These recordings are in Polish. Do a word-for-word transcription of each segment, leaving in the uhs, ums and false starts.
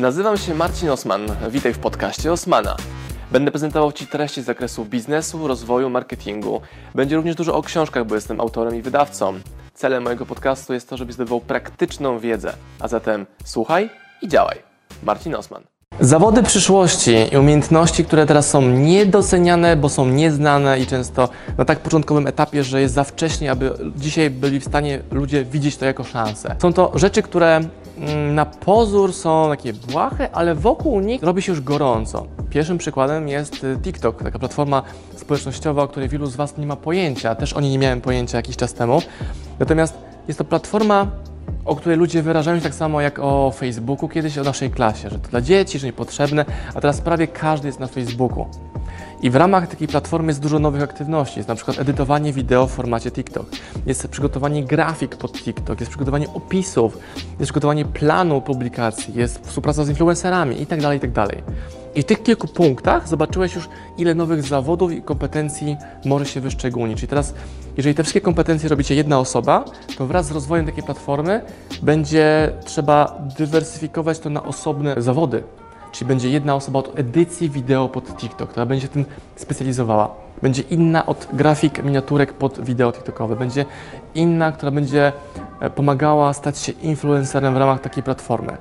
Nazywam się Marcin Osman. Witaj w podcaście Osmana. Będę prezentował Ci treści z zakresu biznesu, rozwoju, marketingu. Będzie również dużo o książkach, bo jestem autorem i wydawcą. Celem mojego podcastu jest to, żebyś zdobywał praktyczną wiedzę. A zatem słuchaj i działaj. Marcin Osman. Zawody przyszłości i umiejętności, które teraz są niedoceniane, bo są nieznane i często na tak początkowym etapie, że jest za wcześnie, aby dzisiaj byli w stanie ludzie widzieć to jako szansę. Są to rzeczy, które na pozór są takie błahe, ale wokół nich robi się już gorąco. Pierwszym przykładem jest TikTok, taka platforma społecznościowa, o której wielu z Was nie ma pojęcia. Też o niej nie miałem pojęcia jakiś czas temu. Natomiast jest to platforma, o której ludzie wyrażają się tak samo jak o Facebooku kiedyś, o naszej klasie, że to dla dzieci, że niepotrzebne, a teraz prawie każdy jest na Facebooku. I w ramach takiej platformy jest dużo nowych aktywności. Jest na przykład edytowanie wideo w formacie TikTok, jest przygotowanie grafik pod TikTok, jest przygotowanie opisów, jest przygotowanie planu publikacji, jest współpraca z influencerami itd., itd. I w tych kilku punktach zobaczyłeś już, ile nowych zawodów i kompetencji może się wyszczególnić. Czyli teraz, jeżeli te wszystkie kompetencje robicie jedna osoba, to wraz z rozwojem takiej platformy będzie trzeba dywersyfikować to na osobne zawody. Czyli będzie jedna osoba od edycji wideo pod TikTok, która będzie się tym specjalizowała. Będzie inna od grafik, miniaturek pod wideo TikTokowe. Będzie inna, która będzie pomagała stać się influencerem w ramach takiej platformy.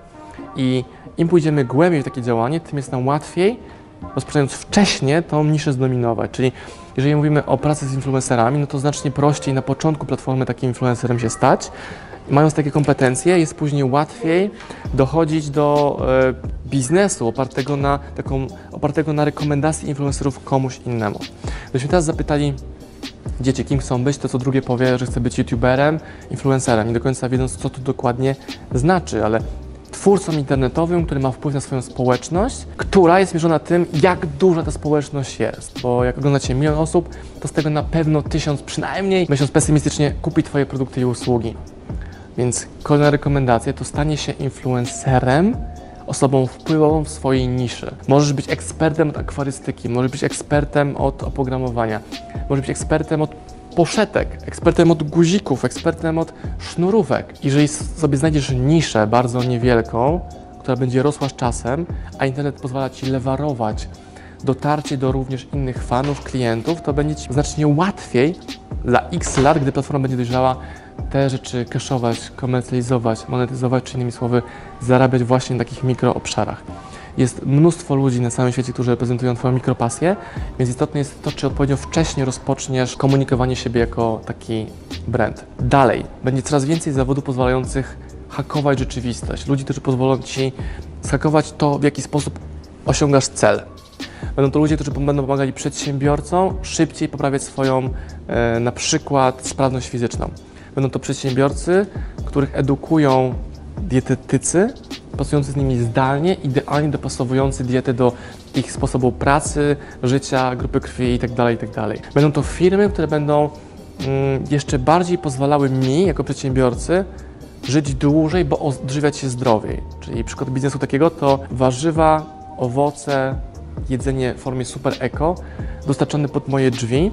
I im pójdziemy głębiej w takie działanie, tym jest nam łatwiej, rozpoczynając wcześniej, tą niszę zdominować. Czyli jeżeli mówimy o pracy z influencerami, no to znacznie prościej na początku platformy takim influencerem się stać. Mając takie kompetencje, jest później łatwiej dochodzić do e, biznesu opartego na, taką, opartego na rekomendacji influencerów komuś innemu. Gdybyśmy teraz zapytali dzieci, kim chcą być, to co drugie powie, że chce być youtuberem, influencerem, nie do końca wiedząc, co to dokładnie znaczy, ale twórcą internetowym, który ma wpływ na swoją społeczność, która jest mierzona tym, jak duża ta społeczność jest. Bo jak oglądacie milion osób, to z tego na pewno tysiąc przynajmniej, myśląc pesymistycznie, kupi Twoje produkty i usługi. Więc kolejna rekomendacja to stanie się influencerem, osobą wpływową w swojej niszy. Możesz być ekspertem od akwarystyki, możesz być ekspertem od oprogramowania, możesz być ekspertem od poszetek, ekspertem od guzików, ekspertem od sznurówek. Jeżeli sobie znajdziesz niszę bardzo niewielką, która będzie rosła z czasem, a internet pozwala Ci lewarować dotarcie do również innych fanów, klientów, to będzie Ci znacznie łatwiej za X lat, gdy platforma będzie dojrzała, te rzeczy cashować, komercjalizować, monetyzować, czy innymi słowy zarabiać właśnie na takich mikroobszarach. Jest mnóstwo ludzi na całym świecie, którzy reprezentują Twoją mikropasję, więc istotne jest to, czy odpowiednio wcześnie rozpoczniesz komunikowanie siebie jako taki brand. Dalej, będzie coraz więcej zawodów pozwalających hakować rzeczywistość. Ludzi, którzy pozwolą Ci zhakować to, w jaki sposób osiągasz cel. Będą to ludzie, którzy będą pomagali przedsiębiorcom szybciej poprawiać swoją e, na przykład sprawność fizyczną. Będą to przedsiębiorcy, których edukują dietetycy, pracujący z nimi zdalnie, idealnie dopasowujący dietę do ich sposobu pracy, życia, grupy krwi itd., itd. Będą to firmy, które będą mm, jeszcze bardziej pozwalały mi, jako przedsiębiorcy, żyć dłużej, bo odżywiać się zdrowiej. Czyli przykład biznesu takiego to warzywa, owoce, jedzenie w formie super eko, dostarczone pod moje drzwi,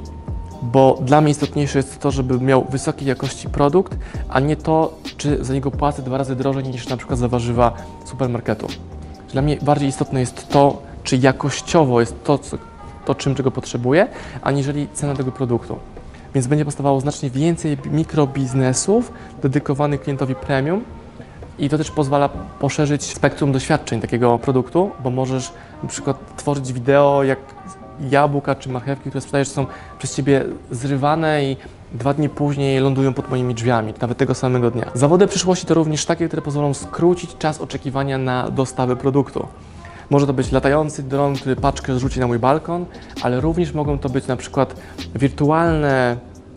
bo dla mnie istotniejsze jest to, żeby miał wysokiej jakości produkt, a nie to, czy za niego płacę dwa razy drożej niż na przykład za warzywa supermarketu. Dla mnie bardziej istotne jest to, czy jakościowo jest to, co, to czym czego potrzebuję, aniżeli cena tego produktu. Więc będzie powstawało znacznie więcej mikrobiznesów dedykowanych klientowi premium i to też pozwala poszerzyć spektrum doświadczeń takiego produktu, bo możesz na przykład tworzyć wideo, jak jabłka czy marchewki, które sprzedajesz, są przez Ciebie zrywane i dwa dni później lądują pod moimi drzwiami, nawet tego samego dnia. Zawody przyszłości to również takie, które pozwolą skrócić czas oczekiwania na dostawę produktu. Może to być latający dron, który paczkę zrzuci na mój balkon, ale również mogą to być na przykład wirtualne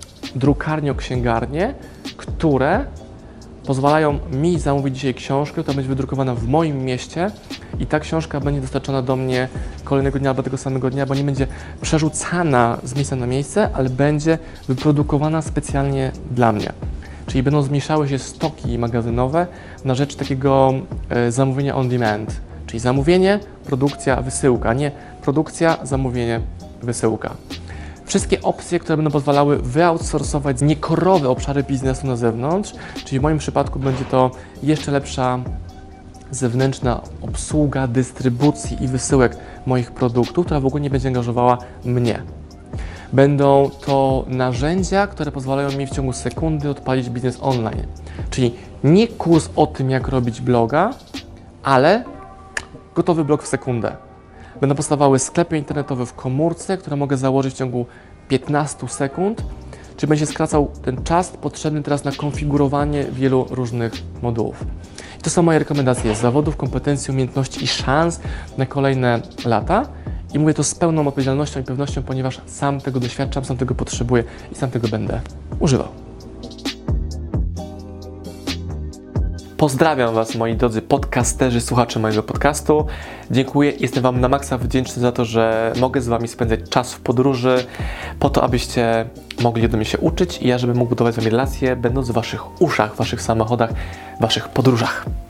drukarnio-księgarnie, które pozwalają mi zamówić dzisiaj książkę, która będzie wydrukowana w moim mieście i ta książka będzie dostarczona do mnie kolejnego dnia albo tego samego dnia, bo nie będzie przerzucana z miejsca na miejsce, ale będzie wyprodukowana specjalnie dla mnie. Czyli będą zmniejszały się stoki magazynowe na rzecz takiego e, zamówienia on demand. Czyli zamówienie, produkcja, wysyłka, nie produkcja, zamówienie, wysyłka. Wszystkie opcje, które będą pozwalały wyoutsourcować niekorowe obszary biznesu na zewnątrz, czyli w moim przypadku będzie to jeszcze lepsza zewnętrzna obsługa dystrybucji i wysyłek moich produktów, która w ogóle nie będzie angażowała mnie. Będą to narzędzia, które pozwalają mi w ciągu sekundy odpalić biznes online. Czyli nie kurs o tym, jak robić bloga, ale gotowy blog w sekundę. Będą powstawały sklepy internetowe w komórce, które mogę założyć w ciągu piętnastu sekund, czy będzie skracał ten czas potrzebny teraz na konfigurowanie wielu różnych modułów. I to są moje rekomendacje z zawodów, kompetencji, umiejętności i szans na kolejne lata. I mówię to z pełną odpowiedzialnością i pewnością, ponieważ sam tego doświadczam, sam tego potrzebuję i sam tego będę używał. Pozdrawiam Was, moi drodzy podcasterzy, słuchacze mojego podcastu. Dziękuję, jestem Wam na maksa wdzięczny za to, że mogę z Wami spędzać czas w podróży, po to, abyście mogli ode mnie się uczyć i ja, żebym mógł budować z Wami relacje, będąc w Waszych uszach, w Waszych samochodach, w Waszych podróżach.